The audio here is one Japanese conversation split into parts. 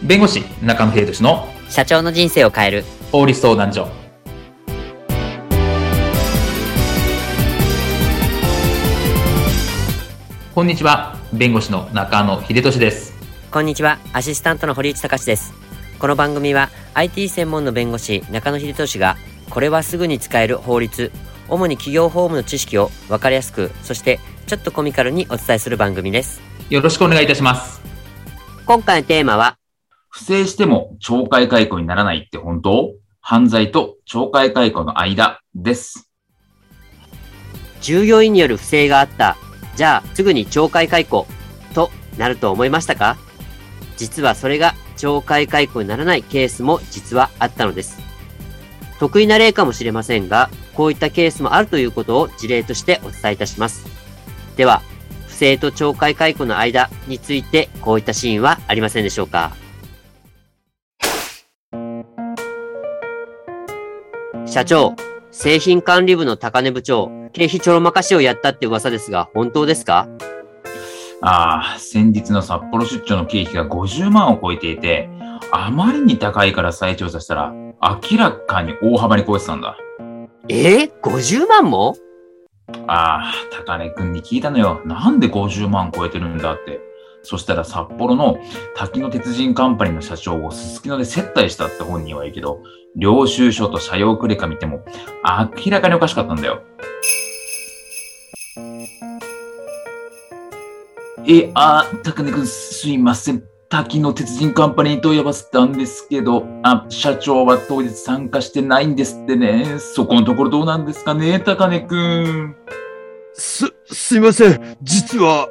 弁護士中野秀俊の社長の人生を変える法律相談所。こんにちは、弁護士の中野秀俊です。 こんにちは、アシスタントの堀内隆です。この番組は IT 専門の弁護士中野秀俊がこれはすぐに使える法律、主に企業法務の知識を分かりやすく、そしてちょっとコミカルにお伝えする番組です。 よろしくお願いいたします。 今回のテーマは、 不正しても懲戒解雇にならないって本当？犯罪と懲戒解雇の間です。 従業員による不正があった。じゃあすぐに懲戒解雇となると思いましたか？実はそれが懲戒解雇にならないケースも実はあったのです。得意な例かもしれませんが、こういったケースもあるということを事例としてお伝えいたします。では、不正と懲戒解雇の間についてこういったシーンはありませんでしょうか？社長、製品管理部の高根部長、経費ちょろまかしをやったって噂ですが、本当ですか？ 先日の札幌出張の経費が50万を超えていて、あまりに高いから再調査したら、明らかに大幅に超えてたんだ。 50万も？ 高根くんに聞いたのよ。なんで50万超えてるんだって。そしたら札幌の滝野鉄人カンパニーの社長をすすきので接待したって本人は言うけど、領収書と社用クレカ見ても明らかにおかしかったんだよ。高根くんすいません。滝野鉄人カンパニーと呼ばせたんですけど、社長は当日参加してないんですってね。そこのところどうなんですかね、高根くん。 すいません。実は。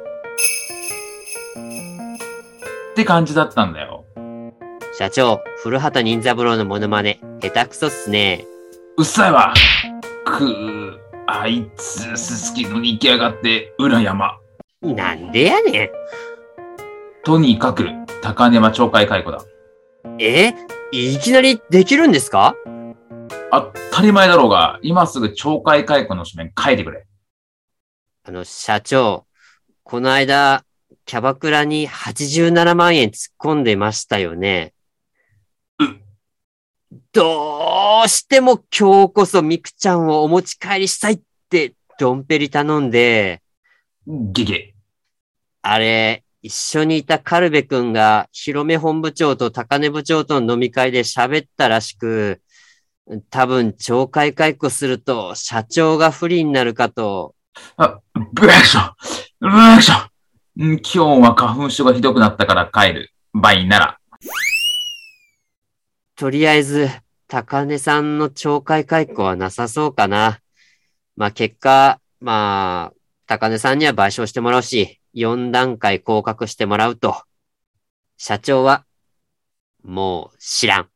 って感じだったんだよ。 社長、古畑任三郎のモノマネ、下手くそっすね。 うっさいわ。あいつ、すすきのに行きやがって、裏山。 なんでやねん。 とにかく、高根は懲戒解雇だ。 いきなりできるんですか？ 当たり前だろうが、今すぐ懲戒解雇の書面書いてくれ。 社長、この間、キャバクラに87万円突っ込んでましたよね。どうしても今日こそミクちゃんをお持ち帰りしたいってドンペリ頼んで、 ゲゲ。 あれ、一緒にいたカルベ君が広め本部長と高根部長との飲み会で喋ったらしく、多分懲戒解雇すると社長が不利になるかと。 ブラクション。今日は花粉症がひどくなったから帰る。場合なら。 とりあえず、高根さんの懲戒解雇はなさそうかな。結果、高根さんには賠償してもらうし、4段階降格してもらうと。社長は、もう知らん。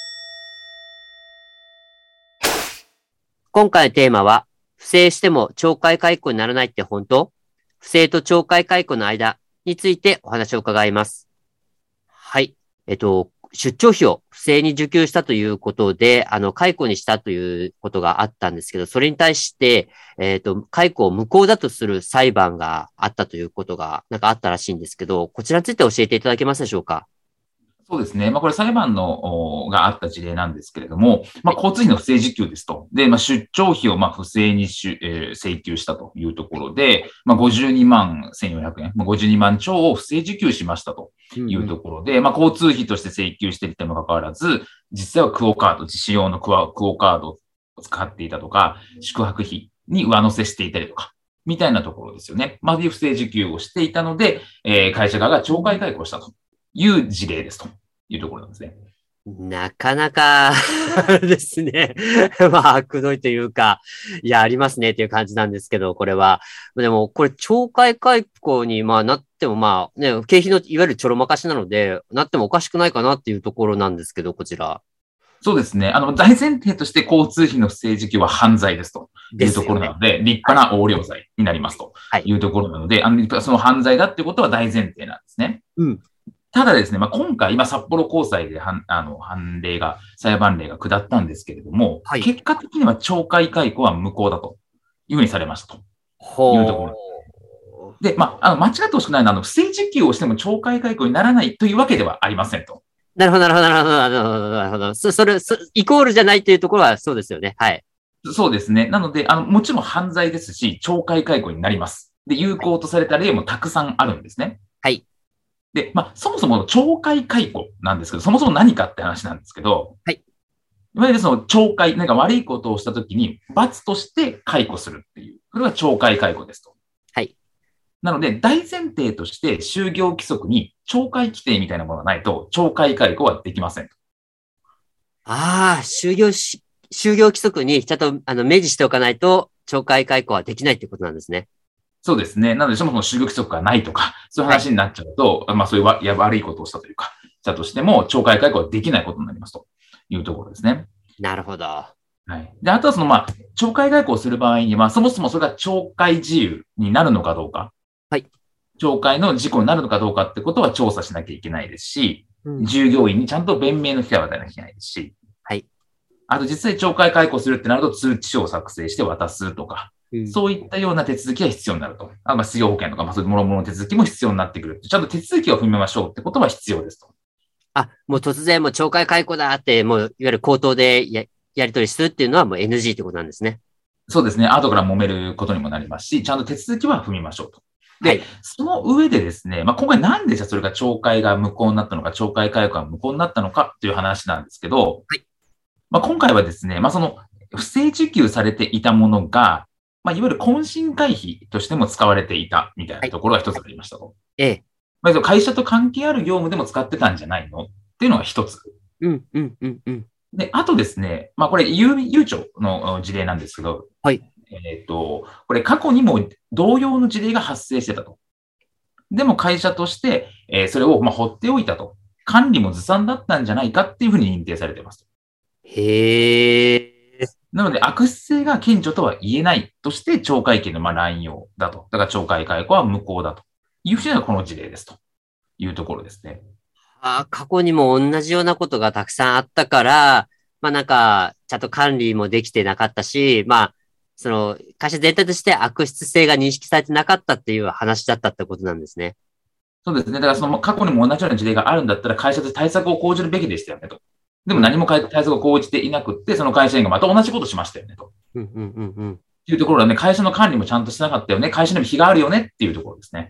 今回のテーマは、不正しても懲戒解雇にならないって本当？不正と懲戒解雇の間についてお話を伺います。はい。出張費を不正に受給したということで、解雇にしたということがあったんですけど、それに対して、解雇を無効だとする裁判があったということが、あったらしいんですけど、こちらについて教えていただけますでしょうか？ そうですね。これ裁判があった事例なんですけれども、交通費の不正受給ですと。で、出張費を不正に請求したというところで、52万1400円、52万超を不正受給しましたというところで、交通費として請求していたにもかかわらず、実際はクオカード、自使用のクオカードを使っていたとか、宿泊費に上乗せしていたりとか、みたいなところですよね。不正受給をしていたので、会社側が懲戒解雇したという事例ですというところなんですね。 なかなかですね。悪どいというか、ありますねっていう感じなんですけど、これは。でも、これ、懲戒解雇に、なっても、経費のいわゆるちょろまかしなので、なってもおかしくないかなっていうところなんですけど、こちら。 そうですね。大前提として交通費の不正受給は犯罪ですというところなので、立派な横領罪になりますというところなので、その犯罪だっていうことは大前提なんですね。ただですね、今回、札幌高裁で裁判例が下ったんですけれども、結果的には懲戒解雇は無効だというふうにされましたというところ。で、間違ってほしくないのは、不正受給をしても懲戒解雇にならないというわけではありませんとなるほど、なるほど、なるほど、なるほど、なるほど。イコールじゃないというところはそうですよね。はい。 そうですね。なので、もちろん犯罪ですし、懲戒解雇になります。で、有効とされた例もたくさんあるんですね。 はい。 で、そもそも懲戒解雇なんですけど、そもそも何かって話なんですけど、 はい。 いわゆるその懲戒、なんか悪いことをしたときに罰として解雇するっていう。これが懲戒解雇ですと。 はい。 なので、大前提として就業規則に懲戒規定みたいなものがないと、懲戒解雇はできません。 ああ、就業規則にちゃんと、明示しておかないと、懲戒解雇はできないってことなんですね。 そうですね。なので、そもそも就業規則がないとか、そういう話になっちゃうと、そういう悪いことをしたというか、したとしても、懲戒解雇はできないことになりますというところですね。 なるほど。 はい。で、あとは懲戒解雇をする場合には、そもそもそれが懲戒事由になるのかどうか。 はい。 懲戒の事故になるのかどうかってことは調査しなきゃいけないですし、従業員にちゃんと弁明の機会を与えなきゃいけないですし、 はい。 あと実際懲戒解雇するってなると通知書を作成して渡すとか、そういったような手続きが必要になると。失業保険とか、そういう諸々の手続きも必要になってくる。ちゃんと手続きを踏みましょうってことは必要ですと。 もう突然もう懲戒解雇だって、もういわゆる口頭でやり取りするっていうのはもう NG ってことなんですね。 そうですね。後から揉めることにもなりますし、ちゃんと手続きは踏みましょうと。で、その上でですね、今回なんでじゃそれが懲戒が無効になったのか、懲戒解雇が無効になったのかという話なんですけど、 はい。 今回はですね、その不正受給されていたものが、いわゆる懇親会費としても使われていたみたいなところが一つありましたと。会社と関係ある業務でも使ってたんじゃないのっていうのが一つ。で、あとですね、これ、ゆ庁の事例なんですけど、 はい。 これ過去にも同様の事例が発生してたと。でも会社として、それを放っておいたと。管理もずさんだったんじゃないかっていうふうに認定されています。 へー。 なので、悪質性が顕著とは言えないとして、懲戒権の乱用だと。だから懲戒解雇は無効だというふうにはこの事例ですというところですね。 過去にも同じようなことがたくさんあったから、ちゃんと管理もできてなかったし、その、会社全体として悪質性が認識されてなかったっていう話だったってことなんですね。 そうですね。だからその過去にも同じような事例があるんだったら会社で対策を講じるべきでしたよねと。でも何も対策を講じていなくって、その会社員がまた同じことしましたよねと。っていうところはね、会社の管理もちゃんとしてなかったよね。会社にも非があるよねっていうところですね。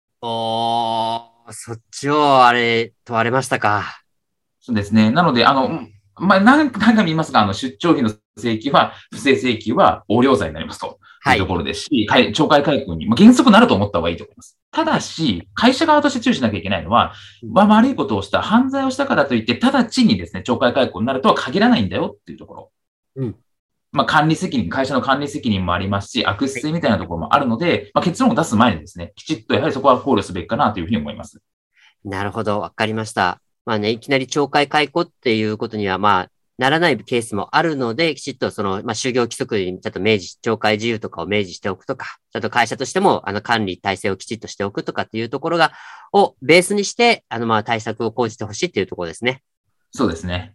そっちを問われましたか。 そうですね。なので、何回も言いますが、出張費の請求は、不正請求は横領罪になりますというところですし、懲戒解雇に、原則なると思った方がいいと思います。ただし、会社側として注意しなきゃいけないのは、悪いことをした、犯罪をしたからといって、直ちにですね、懲戒解雇になるとは限らないんだよっていうところ。管理責任、会社の管理責任もありますし、悪質性みたいなところもあるので、結論を出す前にですね、きちっとやはりそこは考慮すべきかなというふうに思います。 なるほど、わかりました。いきなり懲戒解雇っていうことには、ならないケースもあるので、きちっとその、就業規則にちゃんと懲戒事由とかを明示しておくとか、ちゃんと会社としても、管理体制をきちっとしておくとかっていうところをベースにして、対策を講じてほしいっていうところですね。 そうですね。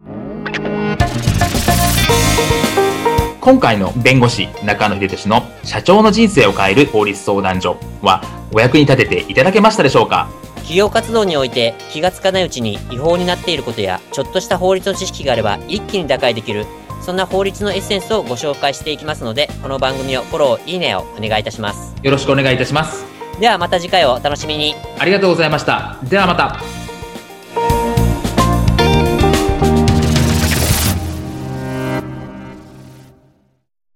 今回の弁護士中野秀俊の社長の人生を変える法律相談所はお役に立てていただけましたでしょうか。 企業活動において気がつかないうちに違法になっていることやちょっとした法律の知識があれば一気に打開できる、そんな法律のエッセンスをご紹介していきますので、この番組をフォロー、いいねをお願いいたします。 よろしくお願いいたします。 ではまた次回をお楽しみに。 ありがとうございました。ではまた。